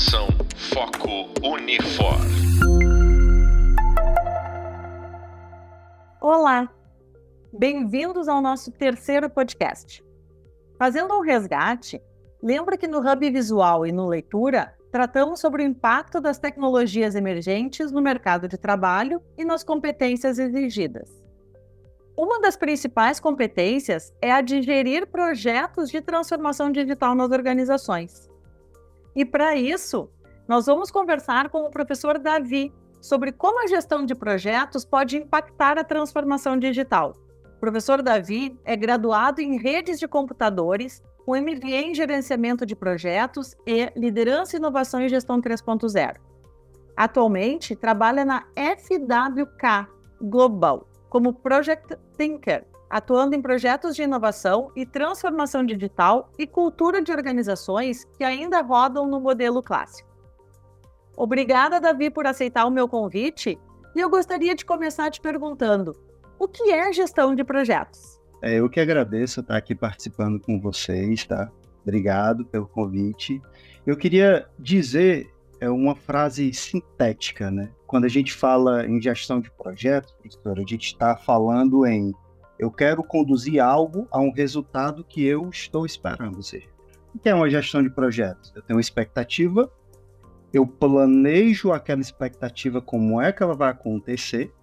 Atenção, foco Unifor. Olá, bem-vindos ao nosso terceiro podcast. Fazendo um resgate, lembra que no Hub Visual e no Leitura, tratamos sobre o impacto das tecnologias emergentes no mercado de trabalho e nas competências exigidas. Uma das principais competências é a de gerir projetos de transformação digital nas organizações. E para isso, nós vamos conversar com o professor Davi sobre como a gestão de projetos pode impactar a transformação digital. O professor Davi é graduado em redes de computadores, com MBA em gerenciamento de projetos e liderança, inovação e gestão 3.0. Atualmente, trabalha na FWK Global como Project Thinker, atuando em projetos de inovação e transformação digital e cultura de organizações que ainda rodam no modelo clássico. Obrigada, Davi, por aceitar o meu convite, e eu gostaria de começar te perguntando: o que é gestão de projetos? Eu que agradeço estar aqui participando com vocês, tá? Obrigado pelo convite. Eu queria dizer uma frase sintética, né? Quando a gente fala em gestão de projetos, professor, a gente está falando em eu quero conduzir algo a um resultado que eu estou esperando. Ou seja, o que é uma gestão de projetos? Eu tenho uma expectativa, eu planejo aquela expectativa, como é que ela vai acontecer,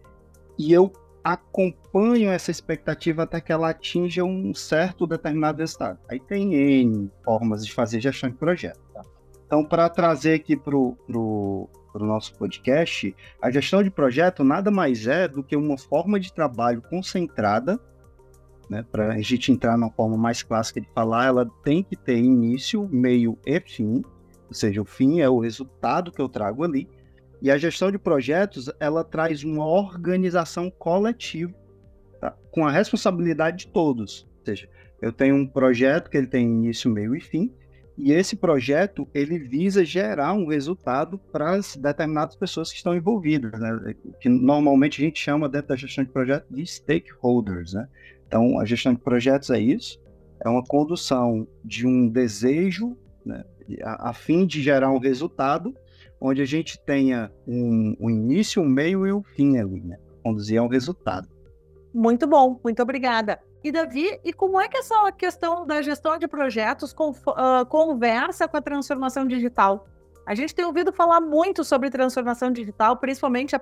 e eu acompanho essa expectativa até que ela atinja um certo determinado resultado. Aí tem N formas de fazer gestão de projeto. Tá? Então, para trazer aqui para o nosso podcast, a gestão de projeto nada mais é do que uma forma de trabalho concentrada, né? Para a gente entrar na forma mais clássica de falar, ela tem que ter início, meio e fim, ou seja, o fim é o resultado que eu trago ali. E a gestão de projetos, ela traz uma organização coletiva, tá? Com a responsabilidade de todos. Ou seja, eu tenho um projeto que ele tem início, meio e fim, e esse projeto, ele visa gerar um resultado para as determinadas pessoas que estão envolvidas, né? Que normalmente a gente chama dentro da gestão de projetos de stakeholders, né? Então, a gestão de projetos é isso, é uma condução de um desejo, né, a fim de gerar um resultado, onde a gente tenha um início, um meio e um fim ali, né? Conduzir a um resultado. Muito bom, muito obrigada. E Davi, e como é que essa questão da gestão de projetos conversa com a transformação digital? A gente tem ouvido falar muito sobre transformação digital, principalmente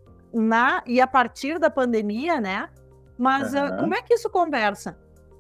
a partir da pandemia, né? Mas como é que isso conversa?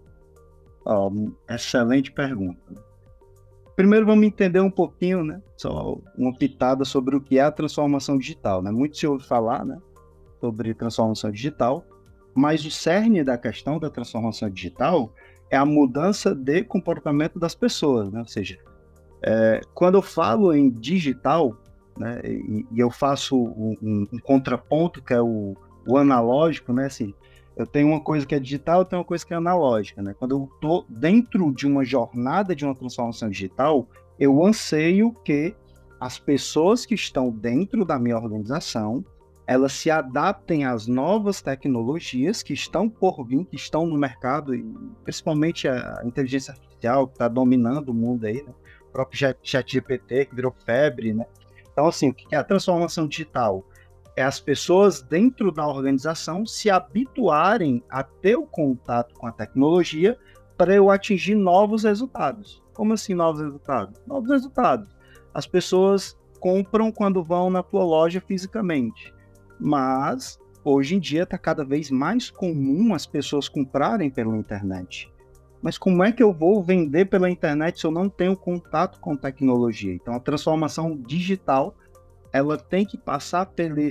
Excelente pergunta. Primeiro vamos entender um pouquinho, né? Só uma pitada sobre o que é a transformação digital, né? Muito se ouve falar, né, sobre transformação digital, mas o cerne da questão da transformação digital é a mudança de comportamento das pessoas, né? Ou seja, quando eu falo em digital, né, e eu faço um contraponto que é o analógico, né? Assim, eu tenho uma coisa que é digital, eu tenho uma coisa que é analógica, né? Quando eu estou dentro de uma jornada de uma transformação digital, eu anseio que as pessoas que estão dentro da minha organização, elas se adaptem às novas tecnologias que estão por vir, que estão no mercado, e principalmente a inteligência artificial que está dominando o mundo aí, né? O próprio ChatGPT que virou febre, né? Então, assim, o que é a transformação digital? É as pessoas dentro da organização se habituarem a ter o contato com a tecnologia para eu atingir novos resultados. Como assim novos resultados? Novos resultados. As pessoas compram quando vão na tua loja fisicamente, mas hoje em dia está cada vez mais comum as pessoas comprarem pela internet. Mas como é que eu vou vender pela internet se eu não tenho contato com tecnologia? Então a transformação digital ela tem que passar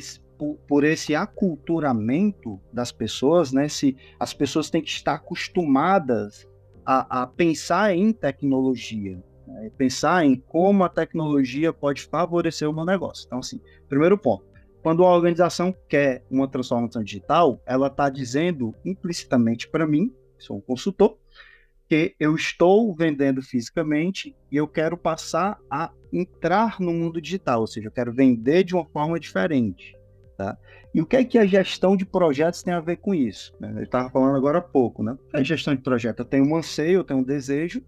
por esse aculturamento das pessoas, né? As pessoas têm que estar acostumadas a pensar em tecnologia, né? Pensar em como a tecnologia pode favorecer o meu negócio. Então, assim, primeiro ponto, quando uma organização quer uma transformação digital, ela está dizendo implicitamente para mim, sou um consultor, que eu estou vendendo fisicamente e eu quero passar a entrar no mundo digital, ou seja, eu quero vender de uma forma diferente. Tá? E o que é que a gestão de projetos tem a ver com isso? Eu estava falando agora há pouco, né? A gestão de projeto, eu tenho um anseio, eu tenho um desejo,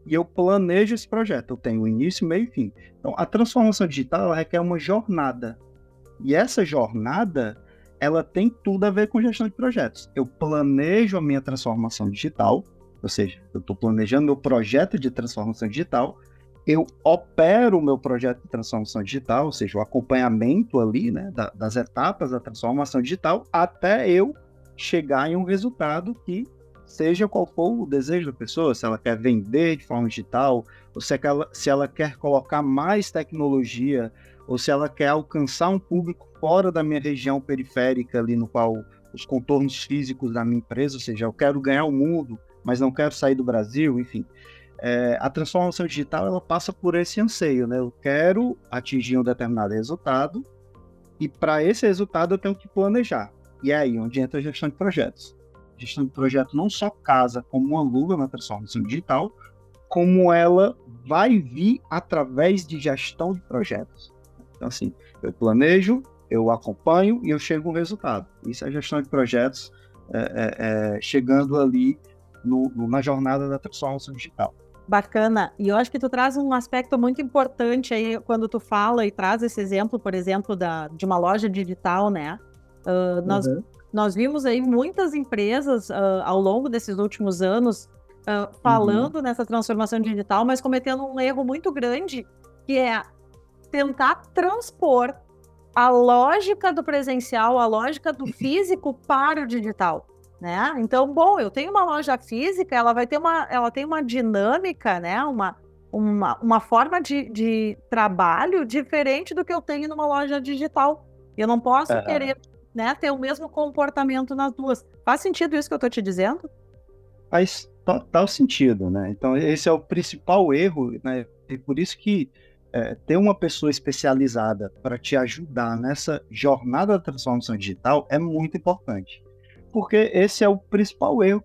e eu planejo esse projeto. Eu tenho início, meio e fim. Então, a transformação digital ela requer uma jornada. E essa jornada, ela tem tudo a ver com gestão de projetos. Eu planejo a minha transformação digital, ou seja, eu estou planejando meu projeto de transformação digital, eu opero o meu projeto de transformação digital, ou seja, o acompanhamento ali, né, das etapas da transformação digital, até eu chegar em um resultado que seja qual for o desejo da pessoa, se ela quer vender de forma digital, ou se ela quer colocar mais tecnologia, ou se ela quer alcançar um público fora da minha região periférica, ali no qual os contornos físicos da minha empresa, ou seja, eu quero ganhar o mundo, mas não quero sair do Brasil, enfim. A transformação digital, ela passa por esse anseio, né? Eu quero atingir um determinado resultado, e para esse resultado eu tenho que planejar. E é aí onde entra a gestão de projetos. A gestão de projeto não só casa como uma luva na transformação digital, como ela vai vir através de gestão de projetos. Então, assim, eu planejo, eu acompanho e eu chego a um resultado. Isso é gestão de projetos chegando ali na jornada da transformação digital. Bacana. E eu acho que tu traz um aspecto muito importante aí quando tu fala e traz esse exemplo, por exemplo, de uma loja digital, né? Nós vimos aí muitas empresas ao longo desses últimos anos falando nessa transformação digital, mas cometendo um erro muito grande, que é tentar transpor a lógica do presencial, a lógica do físico para o digital, né? Então, bom, eu tenho uma loja física, ela tem uma dinâmica, né? Uma forma de trabalho diferente do que eu tenho numa loja digital. Eu não posso querer, né, ter o mesmo comportamento nas duas. Faz sentido isso que eu estou te dizendo? Faz total sentido, né? Então, esse é o principal erro, né? E por isso que ter uma pessoa especializada para te ajudar nessa jornada da transformação digital é muito importante. Porque esse é o principal erro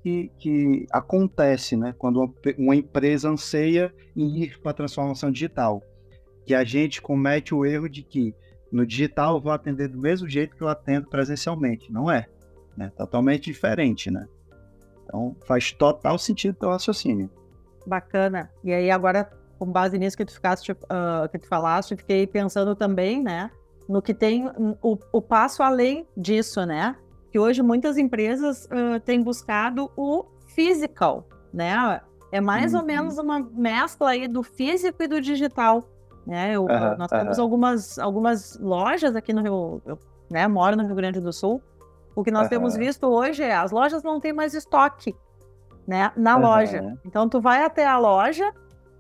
que acontece, né? Quando uma empresa anseia em ir para a transformação digital. Que a gente comete o erro de que no digital eu vou atender do mesmo jeito que eu atendo presencialmente. Não é, né? Totalmente diferente, né? Então, faz total sentido o teu raciocínio. Bacana. E aí, agora, com base nisso que tu falaste, fiquei pensando também, né, no que tem o passo além disso, né? Que hoje muitas empresas têm buscado o physical, né? É mais ou menos uma mescla aí do físico e do digital, né? Nós temos algumas lojas aqui no Rio, eu, né, moro no Rio Grande do Sul. O que nós temos visto hoje é as lojas não têm mais estoque, né, na loja. Então, tu vai até a loja,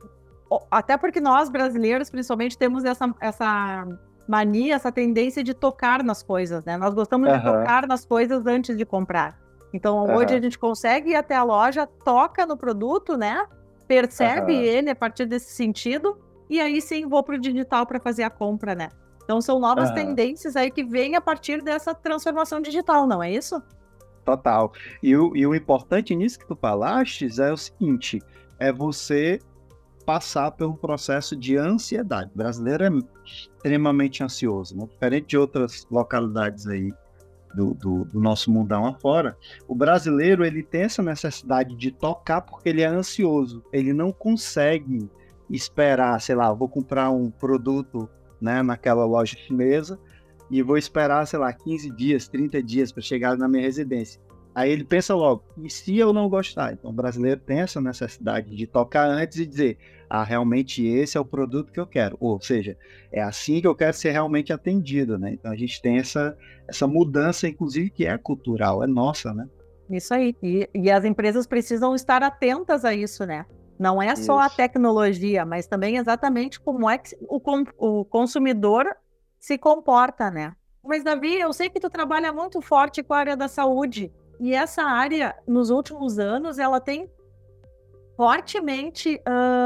até porque nós, brasileiros, principalmente, temos essa mania, essa tendência de tocar nas coisas, né? Nós gostamos de tocar nas coisas antes de comprar. Então, hoje a gente consegue ir até a loja, toca no produto, né? Percebe ele a partir desse sentido, e aí sim vou para o digital para fazer a compra, né? Então, são novas tendências aí que vêm a partir dessa transformação digital, não é isso? Total. E o importante nisso que tu falaste é o seguinte, é você passar pelo processo de ansiedade. O brasileiro é extremamente ansioso, né? Diferente de outras localidades aí do nosso mundão afora, o brasileiro ele tem essa necessidade de tocar porque ele é ansioso. Ele não consegue esperar, sei lá, vou comprar um produto, né, naquela loja chinesa e vou esperar, sei lá, 15 dias, 30 dias para chegar na minha residência. Aí ele pensa logo, e se eu não gostar? Então o brasileiro tem essa necessidade de tocar antes e dizer, realmente esse é o produto que eu quero. Ou seja, é assim que eu quero ser realmente atendido, né? Então a gente tem essa mudança, inclusive, que é cultural, é nossa, né? Isso aí. E as empresas precisam estar atentas a isso, né? Não é só a tecnologia, mas também exatamente como é que o consumidor se comporta, né? Mas, Davi, eu sei que tu trabalha muito forte com a área da saúde. E essa área, nos últimos anos, ela tem fortemente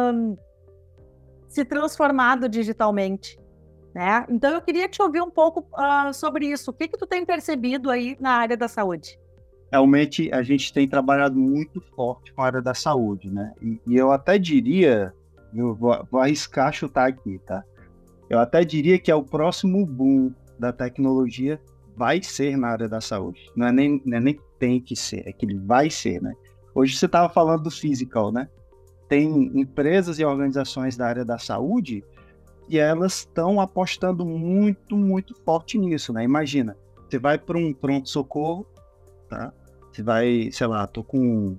se transformado digitalmente, né? Então, eu queria te ouvir um pouco sobre isso. O que tu tem percebido aí na área da saúde? Realmente, a gente tem trabalhado muito forte com a área da saúde, né? E eu até diria, eu vou arriscar chutar aqui, tá? Eu até diria que é o próximo boom da tecnologia vai ser na área da saúde. Não é nem tem que ser, é que ele vai ser, né? Hoje você estava falando do physical, né? tem empresas e organizações da área da saúde e elas estão apostando muito, muito forte nisso, né? Imagina, você vai para um pronto-socorro, tá? Você vai, sei lá, tô com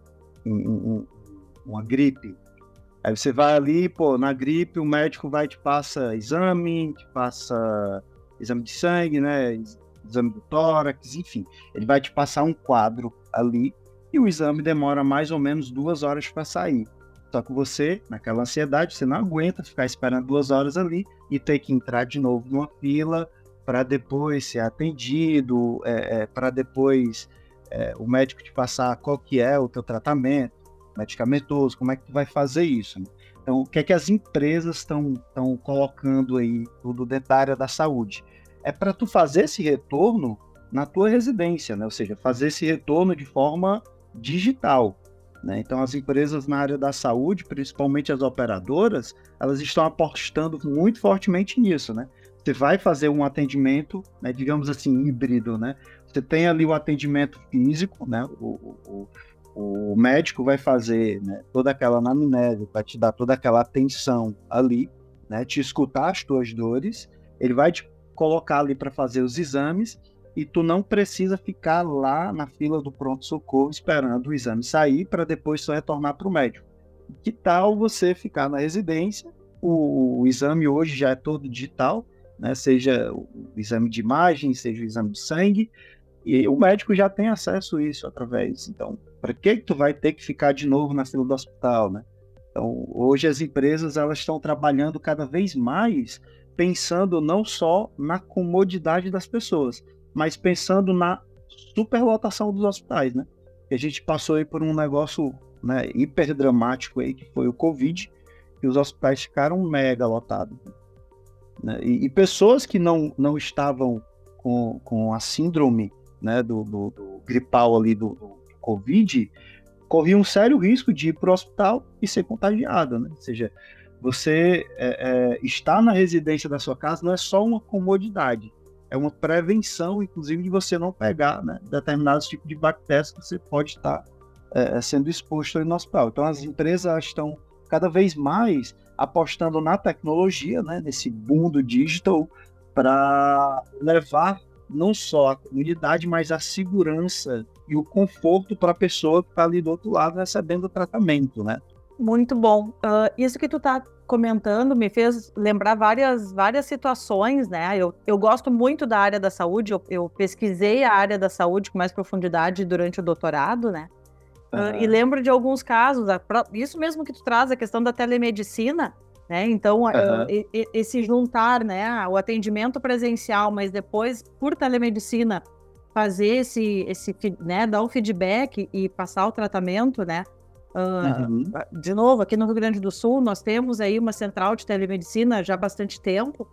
uma gripe. Aí você vai ali, pô, na gripe o médico vai te passa exame, te passa exame de sangue, né? Exame do tórax, enfim. Ele vai te passar um quadro ali e o exame demora mais ou menos 2 horas para sair. Só que você, naquela ansiedade, você não aguenta ficar esperando 2 horas ali e ter que entrar de novo numa fila para depois ser atendido, para depois o médico te passar qual que é o teu tratamento medicamentoso, como é que tu vai fazer isso, né? Então, o que é que as empresas estão colocando aí, tudo dentro da área da saúde? É para tu fazer esse retorno na tua residência, né? Ou seja, fazer esse retorno de forma digital, né? Então, as empresas na área da saúde, principalmente as operadoras, elas estão apostando muito fortemente nisso, né? Você vai fazer um atendimento, né, digamos assim, híbrido, né? Você tem ali o atendimento físico, né? O médico vai fazer, né, toda aquela anamnese, vai te dar toda aquela atenção ali, né, te escutar as tuas dores, ele vai te colocar ali para fazer os exames e tu não precisa ficar lá na fila do pronto-socorro esperando o exame sair para depois só retornar para o médico. Que tal você ficar na residência? O exame hoje já é todo digital, né, seja o exame de imagem, seja o exame de sangue, e o médico já tem acesso a isso através. Então, para que tu vai ter que ficar de novo na fila do hospital, né? Então, hoje as empresas elas estão trabalhando cada vez mais pensando não só na comodidade das pessoas, mas pensando na superlotação dos hospitais, né? Que a gente passou aí por um negócio, né, hiper dramático aí, que foi o Covid, e os hospitais ficaram mega lotados, né? E pessoas que não estavam com a síndrome, né, do gripal ali do Covid, corria um sério risco de ir para o hospital e ser contagiado, né? Ou seja, você estar na residência da sua casa não é só uma comodidade, é uma prevenção, inclusive, de você não pegar, né, determinados tipos de bactérias que você pode estar sendo exposto aí no hospital. Então, as empresas estão cada vez mais apostando na tecnologia, né, nesse boom do digital, para levar não só a comunidade, mas a segurança e o conforto para a pessoa que está ali do outro lado recebendo o tratamento, né? Muito bom. Isso que tu está comentando me fez lembrar várias situações, né? Eu gosto muito da área da saúde, eu pesquisei a área da saúde com mais profundidade durante o doutorado, né? E lembro de alguns casos, isso mesmo que tu traz, a questão da telemedicina, né? Então, esse juntar, né, o atendimento presencial, mas depois, por telemedicina, fazer né, dar um feedback e passar o tratamento, né? De novo, aqui no Rio Grande do Sul, nós temos aí uma central de telemedicina já há bastante tempo,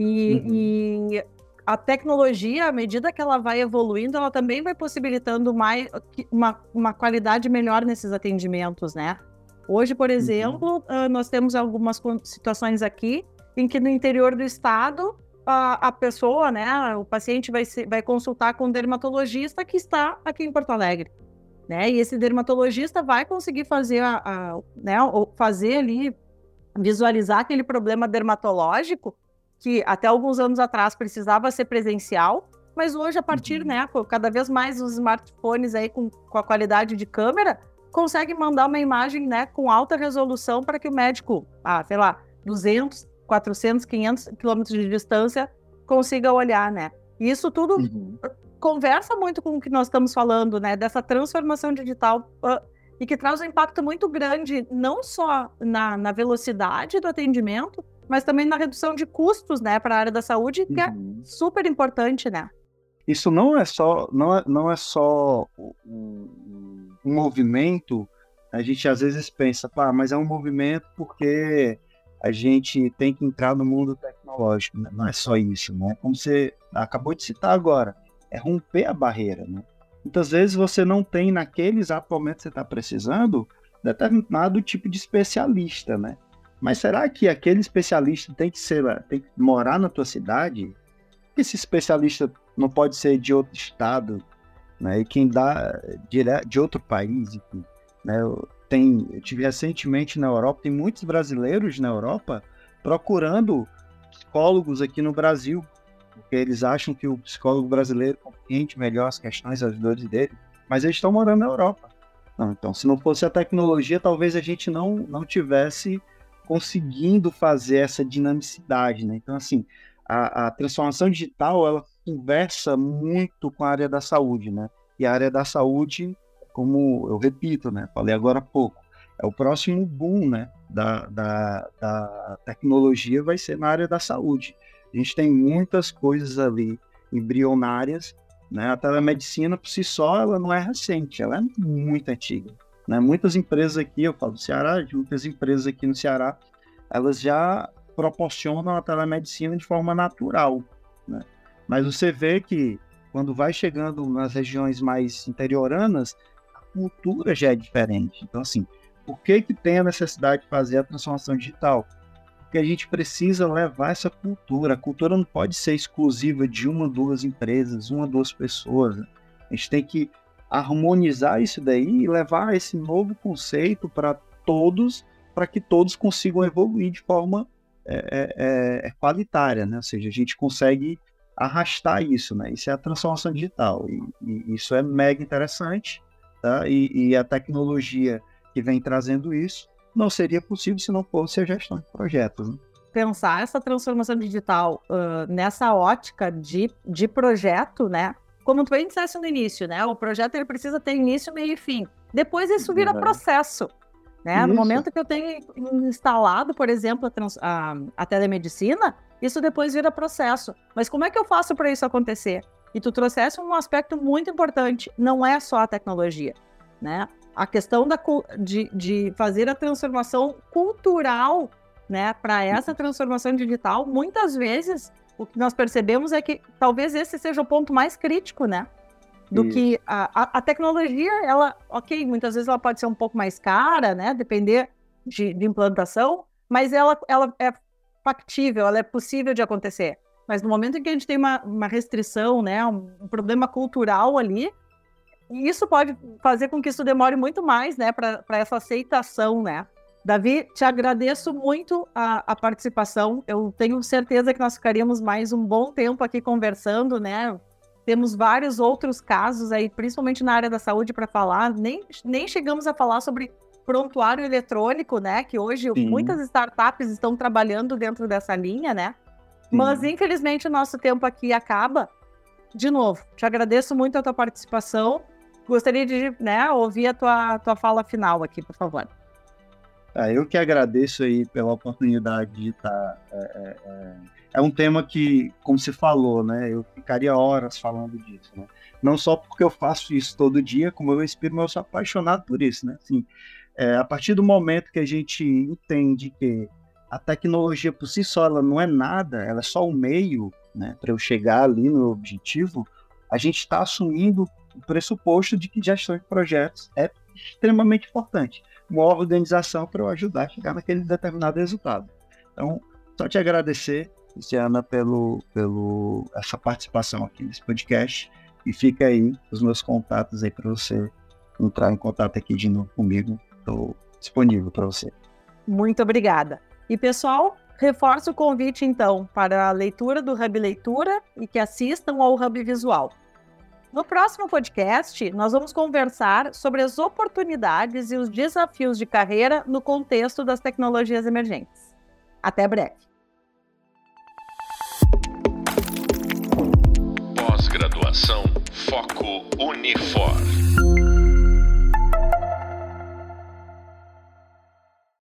e a tecnologia, à medida que ela vai evoluindo, ela também vai possibilitando uma qualidade melhor nesses atendimentos, né? Hoje, por exemplo, nós temos algumas situações aqui em que no interior do estado a pessoa, né, o paciente vai consultar com um dermatologista que está aqui em Porto Alegre, né? E esse dermatologista vai conseguir fazer né, fazer ali, visualizar aquele problema dermatológico que até alguns anos atrás precisava ser presencial, mas hoje, a partir, né, cada vez mais os smartphones aí com a qualidade de câmera, consegue mandar uma imagem, né, com alta resolução para que o médico, sei lá, 200, 400, 500 quilômetros de distância, consiga olhar, né? E isso tudo conversa muito com o que nós estamos falando, né, dessa transformação digital, e que traz um impacto muito grande, não só na velocidade do atendimento, mas também na redução de custos, né, para a área da saúde, que é super importante, né? Isso não é só um movimento. A gente às vezes pensa, mas é um movimento porque a gente tem que entrar no mundo tecnológico, né? Não é só isso, né? Como você acabou de citar agora, é romper a barreira, né? Muitas vezes você não tem naquele exato momento que você está precisando determinado tipo de especialista, né? Mas será que aquele especialista tem que morar na tua cidade? Esse especialista não pode ser de outro estado, né? E quem dá de outro país, enfim, né? Eu tive recentemente na Europa, tem muitos brasileiros na Europa procurando psicólogos aqui no Brasil, porque eles acham que o psicólogo brasileiro compreende melhor as questões, as dores dele, mas eles estão morando na Europa. Não, então, se não fosse a tecnologia, talvez a gente não tivesse conseguindo fazer essa dinamicidade, né? Então, assim, a transformação digital, ela conversa muito com a área da saúde, né? E a área da saúde, como eu repito, né? Falei agora há pouco, é o próximo boom, né? Da tecnologia vai ser na área da saúde. A gente tem muitas coisas ali embrionárias, né? A telemedicina, por si só, ela não é recente, ela é muito antiga, né? Muitas empresas aqui, eu falo do Ceará, muitas empresas aqui no Ceará, elas já proporcionam a telemedicina de forma natural, né? Mas você vê que quando vai chegando nas regiões mais interioranas, a cultura já é diferente. Então, assim, por que tem a necessidade de fazer a transformação digital? Porque a gente precisa levar essa cultura. A cultura não pode ser exclusiva de uma, duas empresas, uma, duas pessoas, né? A gente tem que harmonizar isso daí e levar esse novo conceito para todos, para que todos consigam evoluir de forma qualitária, né? Ou seja, a gente consegue arrastar isso, né? Isso é a transformação digital e isso é mega interessante, tá? E a tecnologia que vem trazendo isso não seria possível se não fosse a gestão de projetos, né? Pensar essa transformação digital nessa ótica de projeto, né? Como tu bem disseste no início, né? O projeto ele precisa ter início, meio e fim. Depois isso vira processo, né? No momento que eu tenho instalado, por exemplo, a telemedicina, isso depois vira processo. Mas como é que eu faço para isso acontecer? E tu trouxesse um aspecto muito importante, não é só a tecnologia, né? A questão de fazer a transformação cultural, né, para essa transformação digital, muitas vezes o que nós percebemos é que talvez esse seja o ponto mais crítico, né? Do que a tecnologia, ela, ok, muitas vezes ela pode ser um pouco mais cara, né? Depender de implantação, mas ela é factível, ela é possível de acontecer. Mas no momento em que a gente tem uma restrição, né, um problema cultural ali, isso pode fazer com que isso demore muito mais, né, para essa aceitação, né? Davi, te agradeço muito a participação. Eu tenho certeza que nós ficaríamos mais um bom tempo aqui conversando, né? Temos vários outros casos aí, principalmente na área da saúde, para falar. Nem chegamos a falar sobre prontuário eletrônico, né? Que hoje muitas startups estão trabalhando dentro dessa linha, né? Mas, infelizmente, o nosso tempo aqui acaba. De novo, te agradeço muito a tua participação. Gostaria de, né, ouvir a tua fala final aqui, por favor. Eu que agradeço aí pela oportunidade de estar... É um tema que, como você falou, né, eu ficaria horas falando disso, né? Não só porque eu faço isso todo dia, como eu respiro, mas eu sou apaixonado por isso, né? Assim, a partir do momento que a gente entende que a tecnologia por si só ela não é nada, ela é só um meio, né, para eu chegar ali no objetivo, a gente está assumindo o pressuposto de que gestão de projetos é extremamente importante. Uma organização para eu ajudar a chegar naquele determinado resultado. Então, só te agradecer, Luciana, pelo essa participação aqui nesse podcast, e fica aí os meus contatos aí para você entrar em contato aqui de novo comigo. Estou disponível para você. Muito obrigada. E, pessoal, reforço o convite, então, para a leitura do Hub Leitura e que assistam ao Hub Visual. No próximo podcast, nós vamos conversar sobre as oportunidades e os desafios de carreira no contexto das tecnologias emergentes. Até breve. Pós-graduação Foco Unifor.